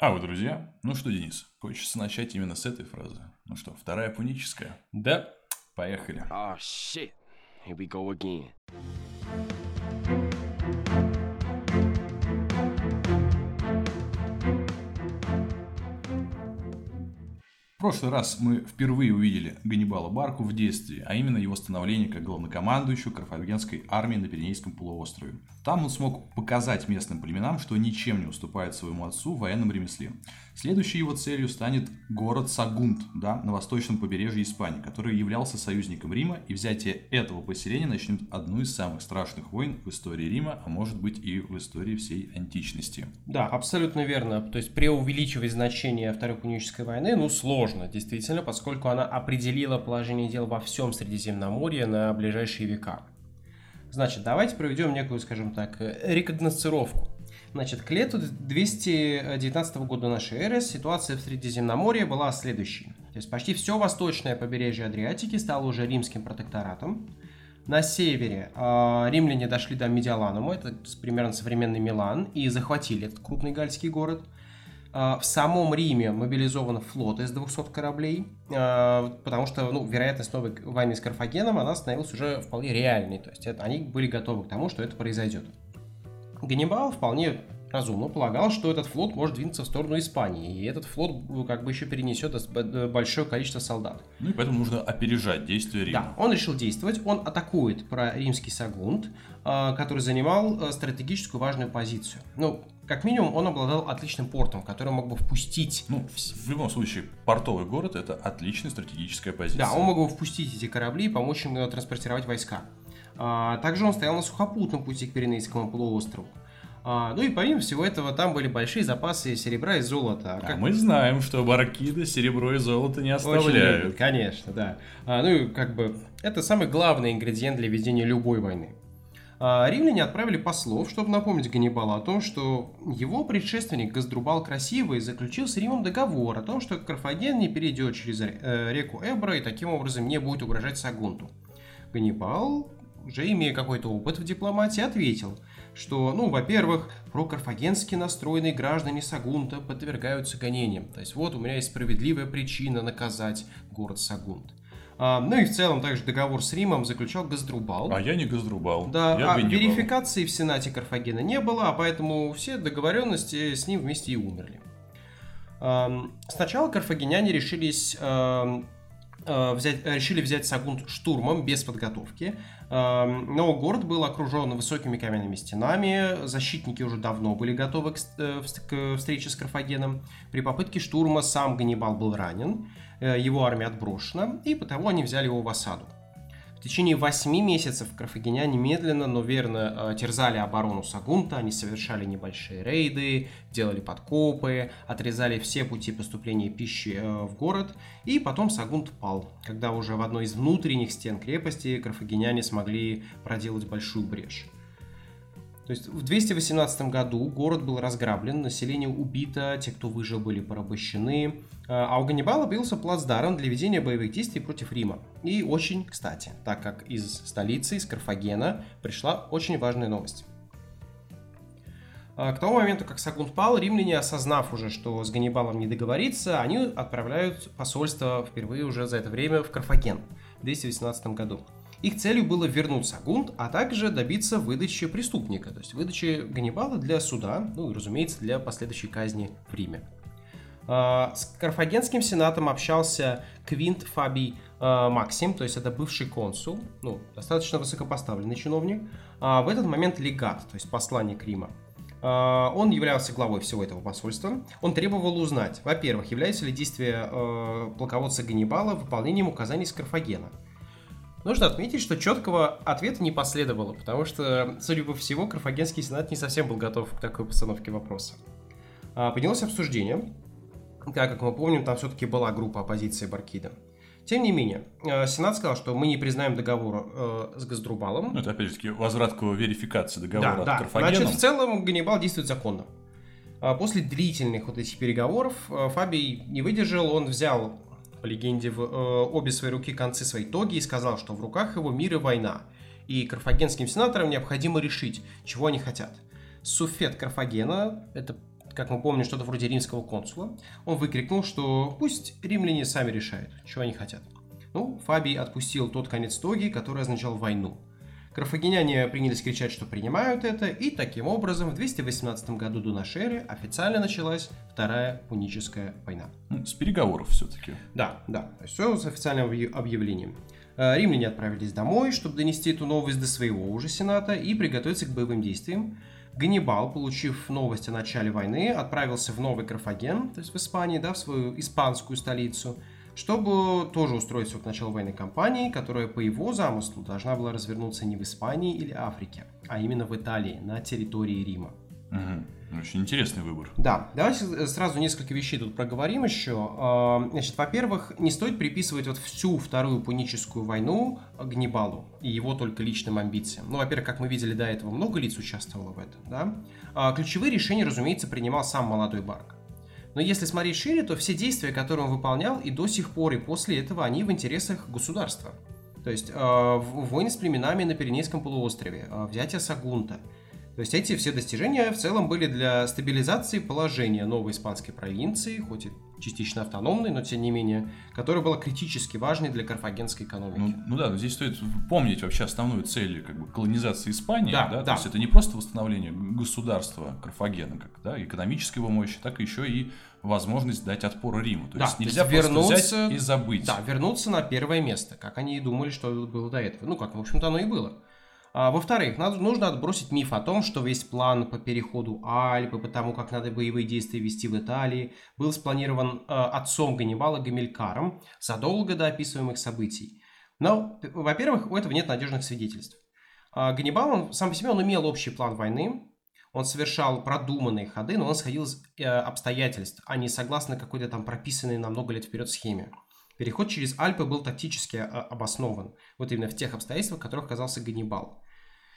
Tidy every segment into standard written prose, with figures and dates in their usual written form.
А вы, друзья? Ну что, Денис, хочется начать именно с этой фразы. Ну что, вторая пуническая? Да. Поехали. Oh shit. Here we go again. В прошлый раз мы впервые увидели Ганнибала Барку в действии, а именно его становление как главнокомандующего карфагенской армии на Пиренейском полуострове. Там он смог показать местным племенам, что ничем не уступает своему отцу в военном ремесле. Следующей его целью станет город Сагунт, на восточном побережье Испании, который являлся союзником Рима, и взятие этого поселения начнет одну из самых страшных войн в истории Рима, а может быть и в истории всей античности. Да, абсолютно верно. То есть преувеличивать значение Второй Пунической войны, сложно, действительно, поскольку она определила положение дел во всем Средиземноморье на ближайшие века. Значит, давайте проведем некую, скажем так, рекогносцировку. Значит, к лету 219 года нашей эры ситуация в Средиземноморье была следующей. То есть почти все восточное побережье Адриатики стало уже римским протекторатом. На севере римляне дошли до Медиоланума, это примерно современный Милан, и захватили этот крупный гальский город. В самом Риме мобилизован флот из 200 кораблей, потому что вероятность новой войны с Карфагеном она становилась уже вполне реальной. То есть они были готовы к тому, что это произойдет. Ганнибал вполне разумно полагал, что этот флот может двинуться в сторону Испании, и этот флот еще перенесет большое количество солдат. И поэтому нужно опережать действия Рима. Да, он решил действовать, он атакует римский Сагунт, который занимал стратегическую важную позицию. Как минимум, он обладал отличным портом, который мог бы впустить... В любом случае, портовый город – это отличная стратегическая позиция. Да, он мог бы впустить эти корабли и помочь им транспортировать войска. Также он стоял на сухопутном пути к Пиренейскому полуострову. И помимо всего этого, там были большие запасы серебра и золота. Мы знаем, что Баркида серебро и золото не оставляют. Очень, конечно, да. Это самый главный ингредиент для ведения любой войны. Римляне отправили послов, чтобы напомнить Ганнибалу о том, что его предшественник Газдрубал Красивый заключил с Римом договор о том, что Карфаген не перейдет через реку Эбро и таким образом не будет угрожать Сагунту. Ганнибал, уже имея какой-то опыт в дипломатии, ответил, что, во-первых, прокарфагенски настроенные граждане Сагунта подвергаются гонениям. То есть вот у меня есть справедливая причина наказать город Сагунт. И в целом также договор с Римом заключал Газдрубал. А я не Газдрубал. Да, я Ганнибал. Верификации в Сенате Карфагена не было, а поэтому все договоренности с ним вместе и умерли. Сначала карфагеняне решили взять Сагунт штурмом, без подготовки. Но город был окружен высокими каменными стенами, защитники уже давно были готовы к встрече с Карфагеном. При попытке штурма сам Ганнибал был ранен, его армия отброшена, и потому они взяли его в осаду. В течение 8 месяцев карфагеняне медленно, но верно терзали оборону Сагунта, они совершали небольшие рейды, делали подкопы, отрезали все пути поступления пищи в город, и потом Сагунт пал, когда уже в одной из внутренних стен крепости карфагеняне смогли проделать большую брешь. То есть в 218 году город был разграблен, население убито, те, кто выжил, были порабощены, а у Ганнибала появился плацдарм для ведения боевых действий против Рима. И очень кстати, так как из столицы, из Карфагена, пришла очень важная новость. К тому моменту, как Сагунт пал, римляне, осознав уже, что с Ганнибалом не договориться, они отправляют посольство впервые уже за это время в Карфаген в 218 году. Их целью было вернуть Сагунт, а также добиться выдачи преступника, то есть выдачи Ганнибала для суда, и, разумеется, для последующей казни в Риме. С Карфагенским сенатом общался Квинт Фабий Максим, то есть это бывший консул, достаточно высокопоставленный чиновник, в этот момент легат, то есть посланник Рима. Он являлся главой всего этого посольства. Он требовал узнать, во-первых, являются ли действия полководца Ганнибала выполнением указаний с Карфагена. Нужно отметить, что четкого ответа не последовало, потому что, судя по всему, Карфагенский сенат не совсем был готов к такой постановке вопроса. Поднялось обсуждение. Как мы помним, там все-таки была группа оппозиции Баркида. Тем не менее, сенат сказал, что мы не признаем договор с Газдрубалом. Это, опять же таки, возврат к верификации договора с Карфагеном. Значит, в целом Ганнибал действует законно. После длительных этих переговоров Фабий не выдержал, он взял, по легенде, в обе свои руки концы своей тоги и сказал, что в руках его мир и война, и карфагенским сенаторам необходимо решить, чего они хотят. Суфет Карфагена, это как мы помним, что-то вроде римского консула, он выкрикнул, что пусть римляне сами решают, чего они хотят. Ну, Фабий отпустил тот конец тоги, который означал войну. Карфагеняне принялись кричать, что принимают это, и таким образом в 218 году до нашей эры официально началась Вторая Пуническая война. С переговоров все-таки. Да, все с официальным объявлением. Римляне отправились домой, чтобы донести эту новость до своего уже сената и приготовиться к боевым действиям. Ганнибал, получив новость о начале войны, отправился в Новый Карфаген, то есть в Испании, да, в свою испанскую столицу, чтобы тоже устроиться к началу военной кампании, которая по его замыслу должна была развернуться не в Испании или Африке, а именно в Италии, на территории Рима. Угу. Очень интересный выбор. Да, давайте сразу несколько вещей тут проговорим еще. Значит, во-первых, не стоит приписывать вот всю Вторую Пуническую войну Ганнибалу и его только личным амбициям. Ну, во-первых, как мы видели до этого, много лиц участвовало в этом, да. Ключевые решения, разумеется, принимал сам молодой Барк. Но если смотреть шире, то все действия, которые он выполнял, и до сих пор, и после этого, они в интересах государства. То есть войны с племенами на Пиренейском полуострове, взятие Сагунта. То есть эти все достижения в целом были для стабилизации положения новой испанской провинции, хоть и частично автономной, но тем не менее, которая была критически важной для карфагенской экономики. Ну да, но здесь стоит помнить вообще основную цель как бы колонизации Испании. Да. То есть это не просто восстановление государства Карфагена, как экономической его мощи, так еще и возможность дать отпор Риму. То есть нельзя просто взять и забыть. Да, вернуться на первое место, как они и думали, что было до этого. Ну, как, в общем-то, оно и было. Во-вторых, нужно отбросить миф о том, что весь план по переходу Альпы, по тому, как надо боевые действия вести в Италии, был спланирован отцом Ганнибала Гамилькаром задолго до описываемых событий. Но, во-первых, у этого нет надежных свидетельств. Ганнибал, он сам по себе, он имел общий план войны, он совершал продуманные ходы, но он сходил из обстоятельств, а не согласно какой-то там прописанной на много лет вперед схеме. Переход через Альпы был тактически обоснован, вот именно в тех обстоятельствах, в которых оказался Ганнибал.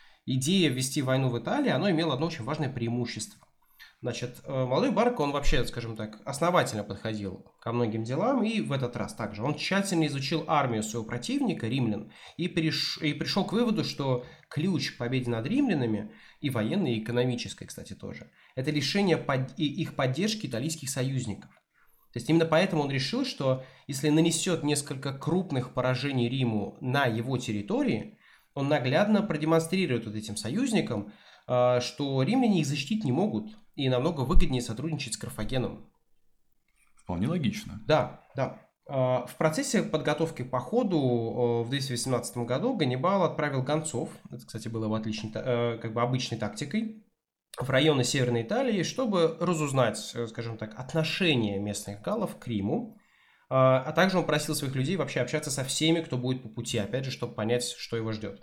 Идея ввести войну в Италии, она имела одно очень важное преимущество. Значит, молодой Барк, он вообще, скажем так, основательно подходил ко многим делам, и в этот раз также. Он тщательно изучил армию своего противника, римлян, и пришел к выводу, что ключ к победе над римлянами, и военной, и экономической, кстати, тоже, это лишение их поддержки итальянских союзников. То есть именно поэтому он решил, что если нанесет несколько крупных поражений Риму на его территории, он наглядно продемонстрирует вот этим союзникам, что римляне их защитить не могут, и намного выгоднее сотрудничать с Карфагеном. Вполне логично. Да. В процессе подготовки к походу в 218 году Ганнибал отправил гонцов, это, кстати, было его обычной тактикой, в районы Северной Италии, чтобы разузнать, скажем так, отношение местных галлов к Риму, а также он просил своих людей вообще общаться со всеми, кто будет по пути, опять же, чтобы понять, что его ждет.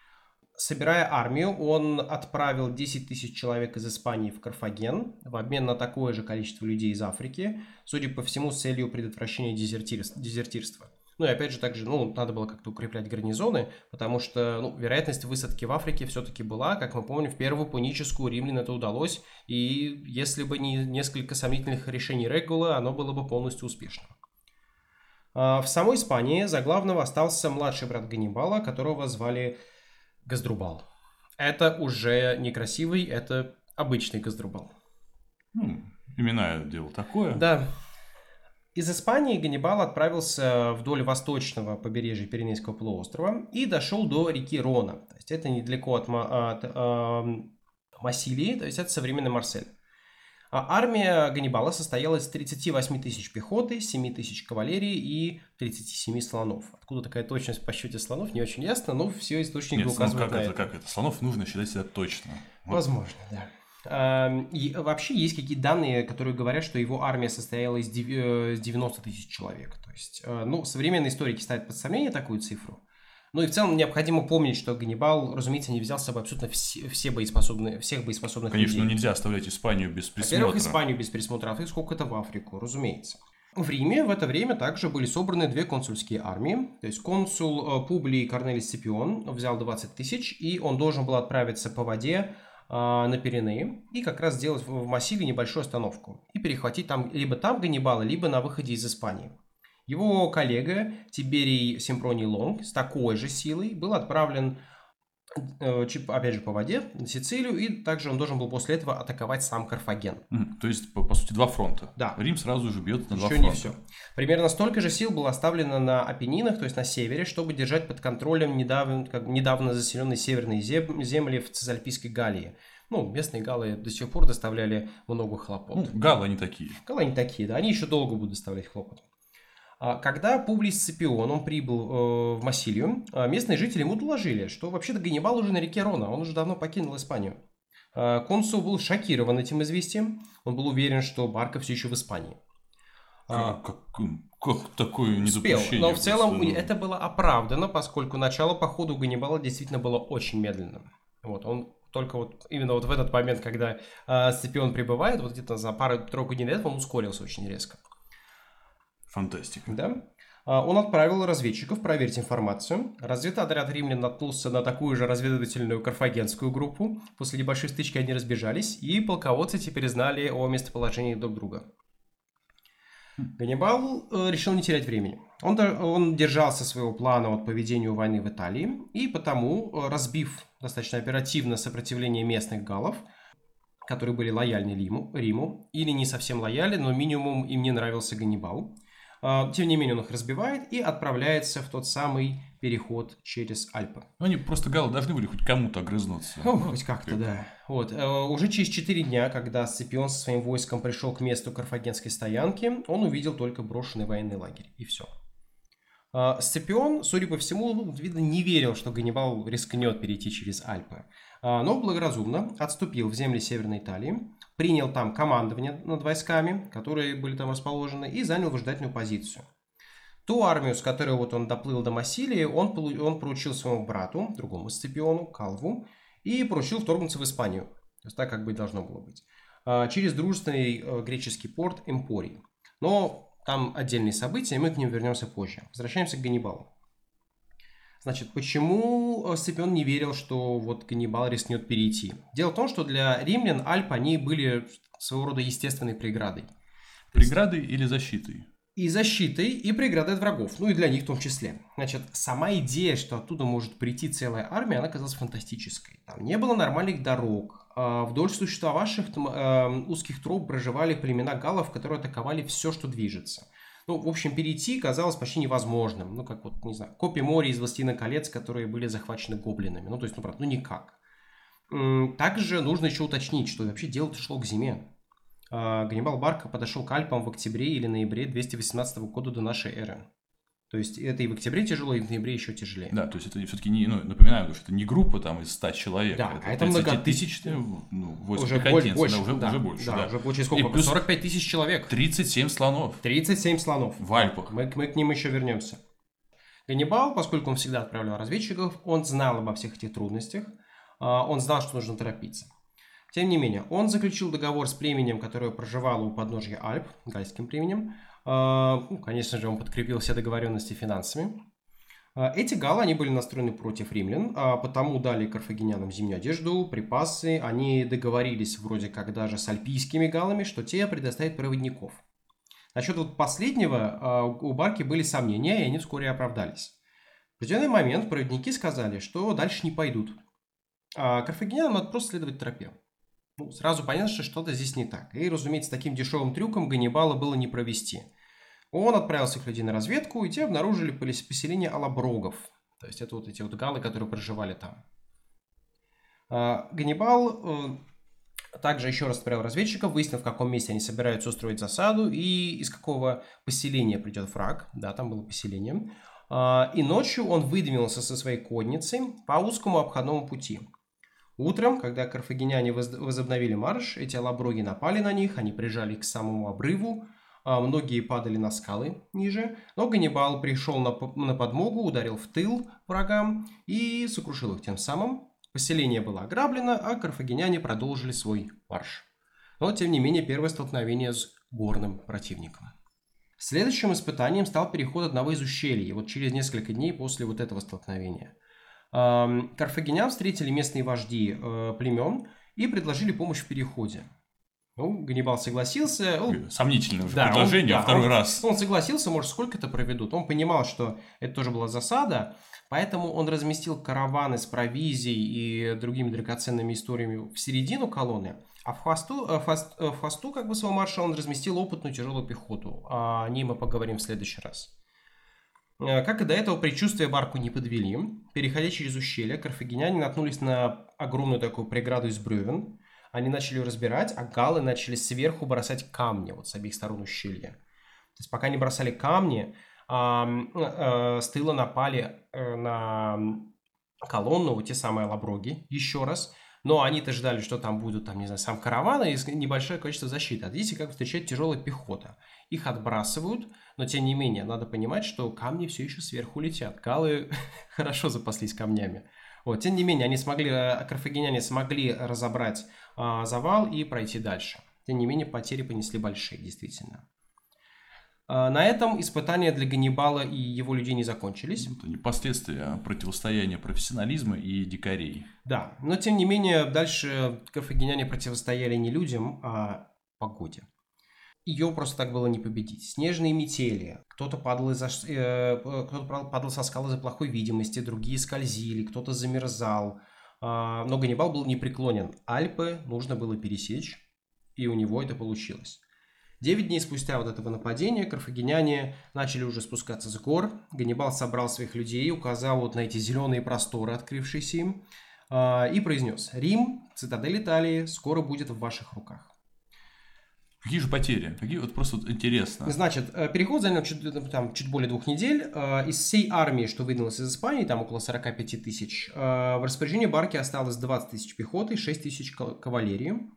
Собирая армию, он отправил 10 тысяч человек из Испании в Карфаген в обмен на такое же количество людей из Африки, судя по всему, с целью предотвращения дезертирства. Ну и опять же, также, надо было как-то укреплять гарнизоны, потому что, вероятность высадки в Африке все-таки была, как мы помним, в Первую Пуническую римлянам это удалось, и если бы не несколько сомнительных решений Регула, оно было бы полностью успешным. В самой Испании за главного остался младший брат Ганнибала, которого звали Газдрубал. Это уже некрасивый, это обычный Газдрубал. Именное дело такое. Да. Из Испании Ганнибал отправился вдоль восточного побережья Пиренейского полуострова и дошел до реки Рона. То есть это недалеко от Массилии, то есть это современный Марсель. Армия Ганнибала состояла из 38 тысяч пехоты, 7 тысяч кавалерии и 37 слонов. Откуда такая точность по счете слонов, не очень ясно, но все источники указывают на это. Как это? Слонов нужно считать всегда точно. Возможно, да. И вообще есть какие-то данные, которые говорят, что его армия состояла из 90 тысяч человек. То есть, современные историки ставят под сомнение такую цифру. Ну и в целом необходимо помнить, что Ганнибал, разумеется, не взял с собой абсолютно всех боеспособных Конечно, людей. нельзя оставлять Испанию без присмотра. Во-первых, Испанию без присмотра, а сколько-то в Африку, разумеется. В Риме в это время также были собраны две консульские армии. То есть консул Публий Корнелий Сципион взял 20 тысяч, и он должен был отправиться по воде на Пиренеи и как раз сделать в Массилии небольшую остановку и перехватить либо там Ганнибала, либо на выходе из Испании. Его коллега Тиберий Семпроний Лонг с такой же силой был отправлен опять же, по воде на Сицилию, и также он должен был после этого атаковать сам Карфаген. То есть, по сути, два фронта. Да. Рим сразу же бьет на два Еще фронта. не все. Примерно столько же сил было оставлено на Апеннинах, то есть на севере, чтобы держать под контролем недавно заселенные северные земли в Цезальпийской Галлии. Местные галлы до сих пор доставляли много хлопот. Галлы они такие. Галлы они такие, да, они еще долго будут доставлять хлопот. Когда Публий Сципион, он прибыл в Массилию, местные жители ему доложили, что вообще-то Ганнибал уже на реке Рона, он уже давно покинул Испанию. Консул был шокирован этим известием, он был уверен, что Барка все еще в Испании. Как такое Успел, недопущение? но в целом просто? это было оправдано, поскольку начало похода у Ганнибала действительно было очень медленным. Он только именно в этот момент, когда Сципион прибывает, где-то за пару-тройку дней до этого он ускорился очень резко. Фантастика. Да. Он отправил разведчиков проверить информацию. Разведотряд римлян наткнулся на такую же разведывательную карфагенскую группу. После небольшой стычки они разбежались, и полководцы теперь знали о местоположении друг друга. Ганнибал решил не терять времени. Он держался своего плана по ведению войны в Италии, и потому, разбив достаточно оперативно сопротивление местных галлов, которые были лояльны Риму, или не совсем лояльны, но минимум им не нравился Ганнибал. Тем не менее, он их разбивает и отправляется в тот самый переход через Альпы. Они просто галлы должны были хоть кому-то огрызнуться. Хоть как-то, да. Уже через 4 дня, когда Сципион со своим войском пришел к месту карфагенской стоянки, он увидел только брошенный военный лагерь, и все. Сципион, судя по всему, видно, не верил, что Ганнибал рискнет перейти через Альпы. Но благоразумно отступил в земли Северной Италии, принял там командование над войсками, которые были там расположены, и занял выжидательную позицию. Ту армию, с которой он доплыл до Массилии, он поручил своему брату, другому Сципиону, Калву, и поручил вторгнуться в Испанию. То есть так, как бы должно было быть. Через дружественный греческий порт Эмпорий. Но там отдельные события, и мы к ним вернемся позже. Возвращаемся к Ганнибалу. Значит, почему Сципион не верил, что Ганнибал рискнет перейти? Дело в том, что для римлян Альпы, они были своего рода естественной преградой. Преградой или защитой? И защитой, и преградой от врагов, и для них в том числе. Значит, сама идея, что оттуда может прийти целая армия, она казалась фантастической. Там не было нормальных дорог. Вдоль существовавших узких троп проживали племена галлов, которые атаковали все, что движется. В общем, перейти казалось почти невозможным. Как копья моря из «Властелина колец», которые были захвачены гоблинами. Правда, никак. Также нужно еще уточнить, что вообще дело шло к зиме. Ганнибал Барка подошел к Альпам в октябре или ноябре 218 года до нашей эры. То есть это и в октябре тяжело, и в ноябре еще тяжелее. Да, то есть это все-таки не, напоминаю, что это не группа там из 100 человек. Да, это многотысячные войска уже больше. Уже больше сколько? 45 тысяч человек. 37 слонов. 37 слонов. В Альпах. Мы к ним еще вернемся. Ганнибал, поскольку он всегда отправлял разведчиков, он знал обо всех этих трудностях, он знал, что нужно торопиться. Тем не менее, он заключил договор с племенем, которое проживало у подножья Альп, гальским племенем. Конечно же, он подкрепил все договоренности финансами. Эти галлы, они были настроены против римлян, потому дали карфагенянам зимнюю одежду, припасы. Они договорились вроде как даже с альпийскими галлами, что те предоставят проводников. Насчет последнего у Барки были сомнения, и они вскоре оправдались. В определенный момент проводники сказали, что дальше не пойдут. Карфагенянам надо просто следовать тропе. Сразу понятно, что что-то здесь не так. И, разумеется, таким дешевым трюком Ганнибала было не провести. Он отправил своих людей на разведку, и те обнаружили поселение алаброгов. То есть это эти галлы, которые проживали там. Ганнибал также еще раз отправил разведчиков, выяснил, в каком месте они собираются устроить засаду и из какого поселения придет враг. Да, там было поселение. И ночью он выдвинулся со своей конницей по узкому обходному пути. Утром, когда карфагеняне возобновили марш, эти алаброги напали на них, они прижали их к самому обрыву, многие падали на скалы ниже, но Ганнибал пришел на подмогу, ударил в тыл врагам и сокрушил их тем самым. Поселение было ограблено, а карфагеняне продолжили свой марш. Но, тем не менее, первое столкновение с горным противником. Следующим испытанием стал переход одного из ущелий, через несколько дней после этого столкновения. Карфагенян встретили местные вожди племен и предложили помощь в переходе. Ну, Ганнибал согласился. Сомнительное уже Да, предложение, второй раз. Он согласился, может, сколько-то проведут. Он понимал, что это тоже была засада, поэтому он разместил караваны с провизией и другими драгоценными историями в середину колонны, а в хвосту как бы своего марша он разместил опытную тяжелую пехоту. О ней мы поговорим в следующий раз. Как и до этого, предчувствия Барку не подвели. Переходя через ущелье, карфагеняне наткнулись на огромную такую преграду из бревен. Они начали ее разбирать, а галлы начали сверху бросать камни вот с обеих сторон ущелья. То есть пока они бросали камни, с тыла напали на колонну, вот те самые лаброги, еще раз. Но они-то ждали, что там будут, там, не знаю, сам караван и небольшое количество защиты. А видите, как встречает тяжелая пехота. Их отбрасывают, но тем не менее, надо понимать, что камни все еще сверху летят. Галлы хорошо запаслись камнями. Вот, тем не менее, карфагеняне смогли разобрать завал и пройти дальше. Тем не менее, потери понесли большие, действительно. На этом испытания для Ганнибала и его людей не закончились. Это не последствия противостояния профессионализма и дикарей. Да, но тем не менее, дальше карфагеняне противостояли не людям, а погоде. Ее просто так было не победить. Снежные метели, кто-то падал со скалы из-за плохой видимости, другие скользили, кто-то замерзал. Но Ганнибал был непреклонен. Альпы нужно было пересечь, и у него это получилось. 9 дней спустя вот этого нападения карфагеняне начали уже спускаться с гор. Ганнибал собрал своих людей, указал вот на эти зеленые просторы, открывшиеся им, и произнес: «Рим, цитадель Италии, скоро будет в ваших руках». Какие же потери? Какие вот просто вот интересно. Значит, переход занял чуть более 2 недель. Из всей армии, что выдвинулась из Испании, там около 45 тысяч, в распоряжении Барки осталось 20 тысяч пехоты и 6 тысяч кавалерии.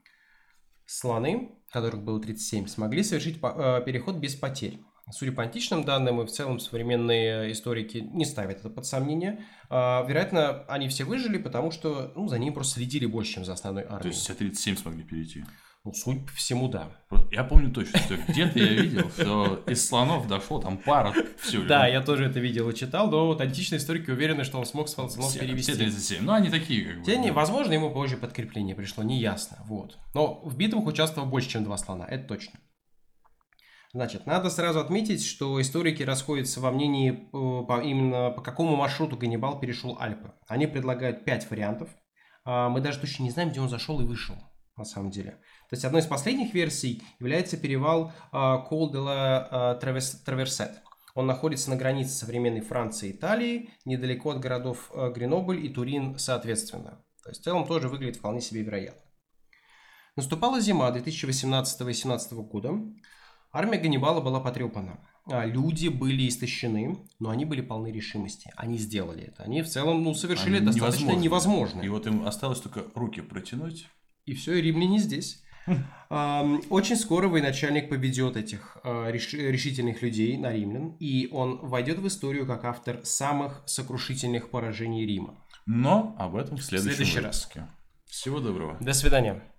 Слоны, которых было 37, смогли совершить переход без потерь. Судя по античным данным, и в целом современные историки не ставят это под сомнение. Вероятно, они все выжили, потому что за ними просто следили больше, чем за основной армией. То есть все 37 смогли перейти? Ну, судя по всему, да. Я помню точно, что где-то я видел, что из слонов дошло там пара всего. Да, я тоже это видел и читал, но вот античные историки уверены, что он смог слонов перевести. Все 37, но они такие как бы. Возможно, ему позже подкрепление пришло, неясно. Вот. Но в битвах участвовало больше, чем 2 слона, это точно. Значит, надо сразу отметить, что историки расходятся во мнении именно по какому маршруту Ганнибал перешел Альпы. Они предлагают 5 вариантов. Мы даже точно не знаем, где он зашел и вышел, на самом деле. То есть одной из последних версий является перевал Кол де ла Траверсет. Он находится на границе современной Франции и Италии, недалеко от городов Гренобль и Турин соответственно. То есть в целом тоже выглядит вполне себе вероятно. Наступала зима 2018-2017 года. Армия Ганнибала была потрепана. Люди были истощены, но они были полны решимости. Они сделали это. Они в целом совершили достаточно невозможное. И вот им осталось только руки протянуть. И все, и римляне здесь. Очень скоро военачальник поведет этих решительных людей на римлян, и он войдет в историю как автор самых сокрушительных поражений Рима. Но об этом в следующем раз. Всего доброго. До свидания.